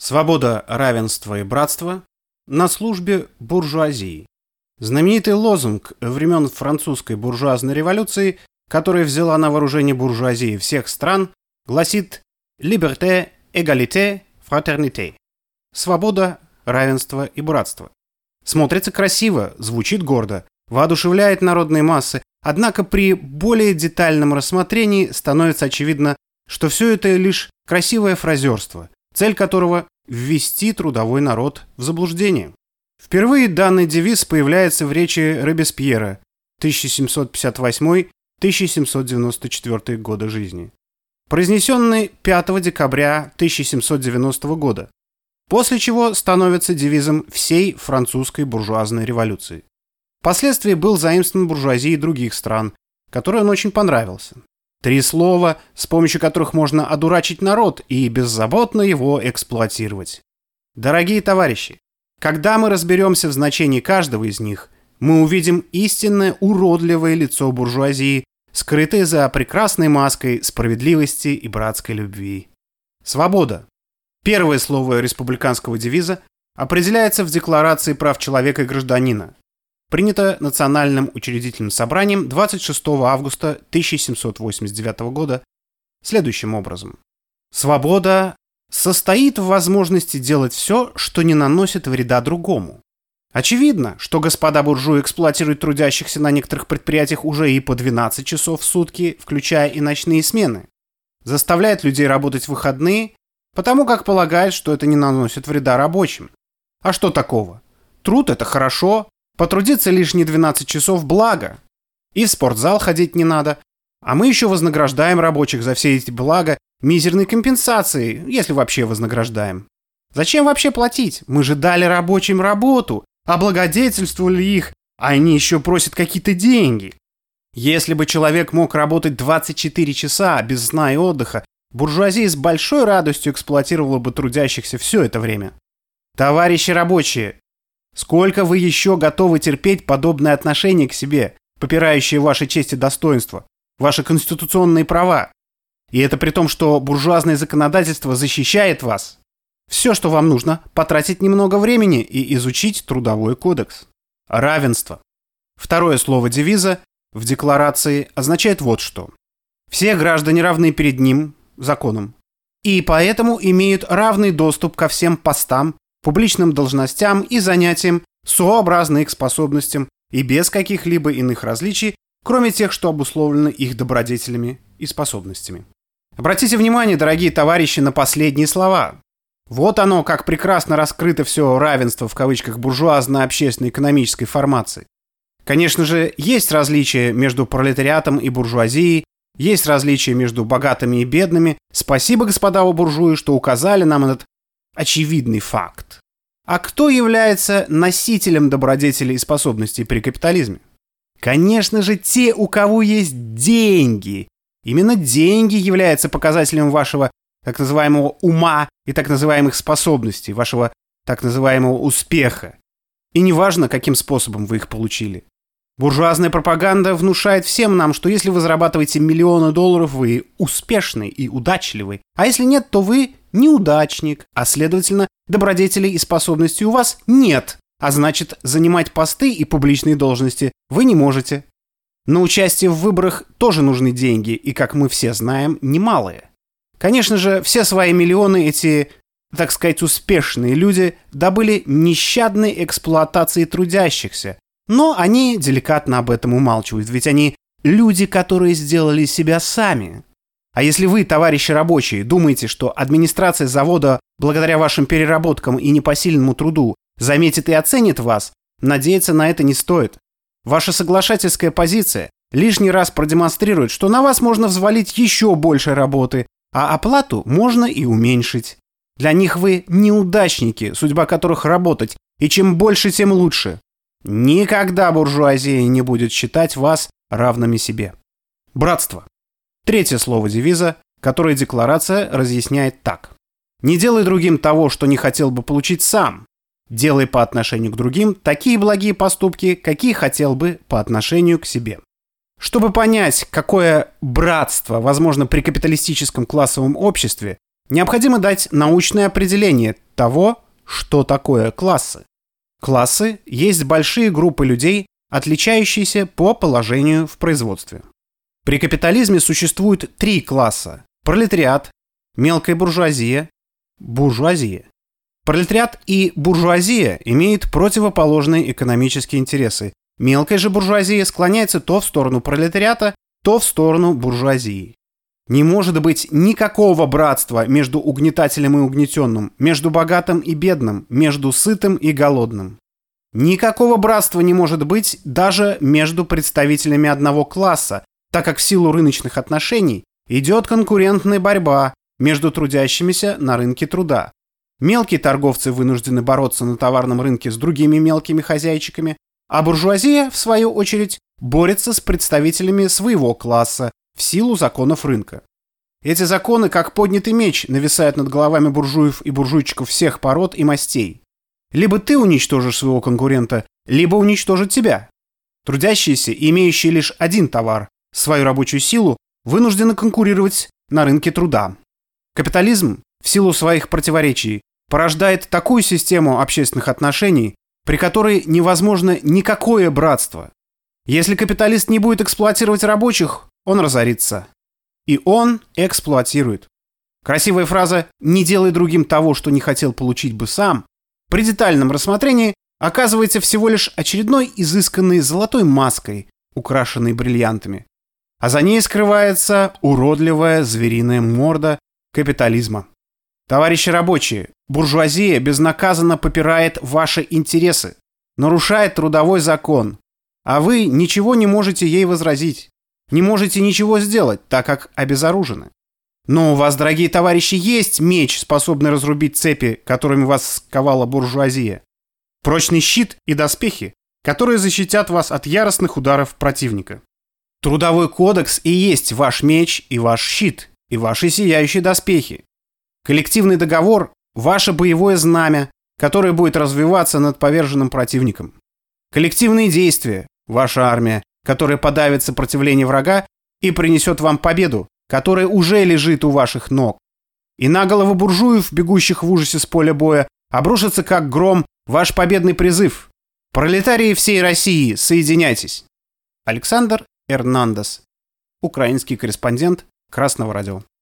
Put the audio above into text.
Свобода, равенство и братство на службе буржуазии. Знаменитый лозунг времен французской буржуазной революции, которая взяла на вооружение буржуазии всех стран, гласит «Liberté, égalité, fraternité» – свобода, равенство и братство. Смотрится красиво, звучит гордо, воодушевляет народные массы, однако при более детальном рассмотрении становится очевидно, что все это лишь красивое фразерство, цель которого – ввести трудовой народ в заблуждение. Впервые данный девиз появляется в речи Робеспьера 1758-1794 года жизни, произнесенный 5 декабря 1790 года, после чего становится девизом всей французской буржуазной революции. Впоследствии был заимствован буржуазией других стран, которой он очень понравился. 3 слова, с помощью которых можно одурачить народ и беззаботно его эксплуатировать. Дорогие товарищи, когда мы разберемся в значении каждого из них, мы увидим истинное уродливое лицо буржуазии, скрытое за прекрасной маской справедливости и братской любви. Свобода. Первое слово республиканского девиза определяется в Декларации прав человека и гражданина. Принято Национальным учредительным собранием 26 августа 1789 года следующим образом. Свобода состоит в возможности делать все, что не наносит вреда другому. Очевидно, что господа буржуи эксплуатируют трудящихся на некоторых предприятиях уже и по 12 часов в сутки, включая и ночные смены. Заставляют людей работать в выходные, потому как полагают, что это не наносит вреда рабочим. А что такого? Труд – это хорошо. Потрудиться лишние 12 часов – благо. И в спортзал ходить не надо. А мы еще вознаграждаем рабочих за все эти блага мизерной компенсацией, если вообще вознаграждаем. Зачем вообще платить? Мы же дали рабочим работу, облагодетельствовали их, а они еще просят какие-то деньги. Если бы человек мог работать 24 часа без сна и отдыха, буржуазия с большой радостью эксплуатировала бы трудящихся все это время. Товарищи рабочие, сколько вы еще готовы терпеть подобное отношение к себе, попирающее ваши честь и достоинство, ваши конституционные права? И это при том, что буржуазное законодательство защищает вас. Все, что вам нужно, потратить немного времени и изучить Трудовой кодекс. Равенство. Второе слово девиза в декларации означает вот что. Все граждане равны перед ним, законом, и поэтому имеют равный доступ ко всем постам, публичным должностям и занятиям, сообразно их способностям и без каких-либо иных различий, кроме тех, что обусловлены их добродетелями и способностями. Обратите внимание, дорогие товарищи, на последние слова. Вот оно, как прекрасно раскрыто все равенство в кавычках буржуазной общественно-экономической формации. Конечно же, есть различия между пролетариатом и буржуазией, есть различия между богатыми и бедными. Спасибо, господа буржуи, что указали нам этот очевидный факт. А кто является носителем добродетелей и способностей при капитализме? Конечно же, те, у кого есть деньги. Именно деньги являются показателем вашего так называемого ума и так называемых способностей, вашего так называемого успеха. И неважно, каким способом вы их получили. Буржуазная пропаганда внушает всем нам, что если вы зарабатываете миллионы долларов, вы успешный и удачливый. А если нет, то вы неудачник, а следовательно, добродетелей и способностей у вас нет. А значит, занимать посты и публичные должности вы не можете. На участие в выборах тоже нужны деньги, и, как мы все знаем, немалые. Конечно же, все свои миллионы эти, так сказать, успешные люди добыли нещадной эксплуатацией трудящихся. Но они деликатно об этом умалчивают, ведь они люди, которые сделали себя сами. А если вы, товарищи рабочие, думаете, что администрация завода, благодаря вашим переработкам и непосильному труду, заметит и оценит вас, надеяться на это не стоит. Ваша соглашательская позиция лишний раз продемонстрирует, что на вас можно взвалить еще больше работы, а оплату можно и уменьшить. Для них вы неудачники, судьба которых работать, и чем больше, тем лучше. Никогда буржуазия не будет считать вас равными себе. Братство. Третье слово девиза, которое декларация разъясняет так. Не делай другим того, что не хотел бы получить сам. Делай по отношению к другим такие благие поступки, какие хотел бы по отношению к себе. Чтобы понять, какое братство возможно при капиталистическом классовом обществе, необходимо дать научное определение того, что такое классы. Классы есть большие группы людей, отличающиеся по положению в производстве. При капитализме существует 3 класса: пролетариат, мелкая буржуазия, буржуазия. Пролетариат и буржуазия имеют противоположные экономические интересы. Мелкая же буржуазия склоняется то в сторону пролетариата, то в сторону буржуазии. Не может быть никакого братства между угнетателем и угнетенным, между богатым и бедным, между сытым и голодным. Никакого братства не может быть даже между представителями одного класса, так как в силу рыночных отношений идет конкурентная борьба между трудящимися на рынке труда. Мелкие торговцы вынуждены бороться на товарном рынке с другими мелкими хозяйчиками, а буржуазия, в свою очередь, борется с представителями своего класса в силу законов рынка. Эти законы, как поднятый меч, нависают над головами буржуев и буржуйчиков всех пород и мастей. Либо ты уничтожишь своего конкурента, либо уничтожит тебя. Трудящиеся, имеющие лишь один товар, свою рабочую силу, вынуждены конкурировать на рынке труда. Капитализм, в силу своих противоречий, порождает такую систему общественных отношений, при которой невозможно никакое братство. Если капиталист не будет эксплуатировать рабочих, он разорится. И он эксплуатирует. Красивая фраза «не делай другим того, что не хотел получить бы сам» при детальном рассмотрении оказывается всего лишь очередной изысканной золотой маской, украшенной бриллиантами. А за ней скрывается уродливая звериная морда капитализма. Товарищи рабочие, буржуазия безнаказанно попирает ваши интересы, нарушает трудовой закон, а вы ничего не можете ей возразить, не можете ничего сделать, так как обезоружены. Но у вас, дорогие товарищи, есть меч, способный разрубить цепи, которыми вас сковала буржуазия. Прочный щит и доспехи, которые защитят вас от яростных ударов противника. Трудовой кодекс и есть ваш меч и ваш щит, и ваши сияющие доспехи. Коллективный договор – ваше боевое знамя, которое будет развиваться над поверженным противником. Коллективные действия – ваша армия, которая подавит сопротивление врага и принесет вам победу, которая уже лежит у ваших ног. И на головы буржуев, бегущих в ужасе с поля боя, обрушится как гром ваш победный призыв. Пролетарии всей России, соединяйтесь! Александр Эрнандес, украинский корреспондент Красного радио.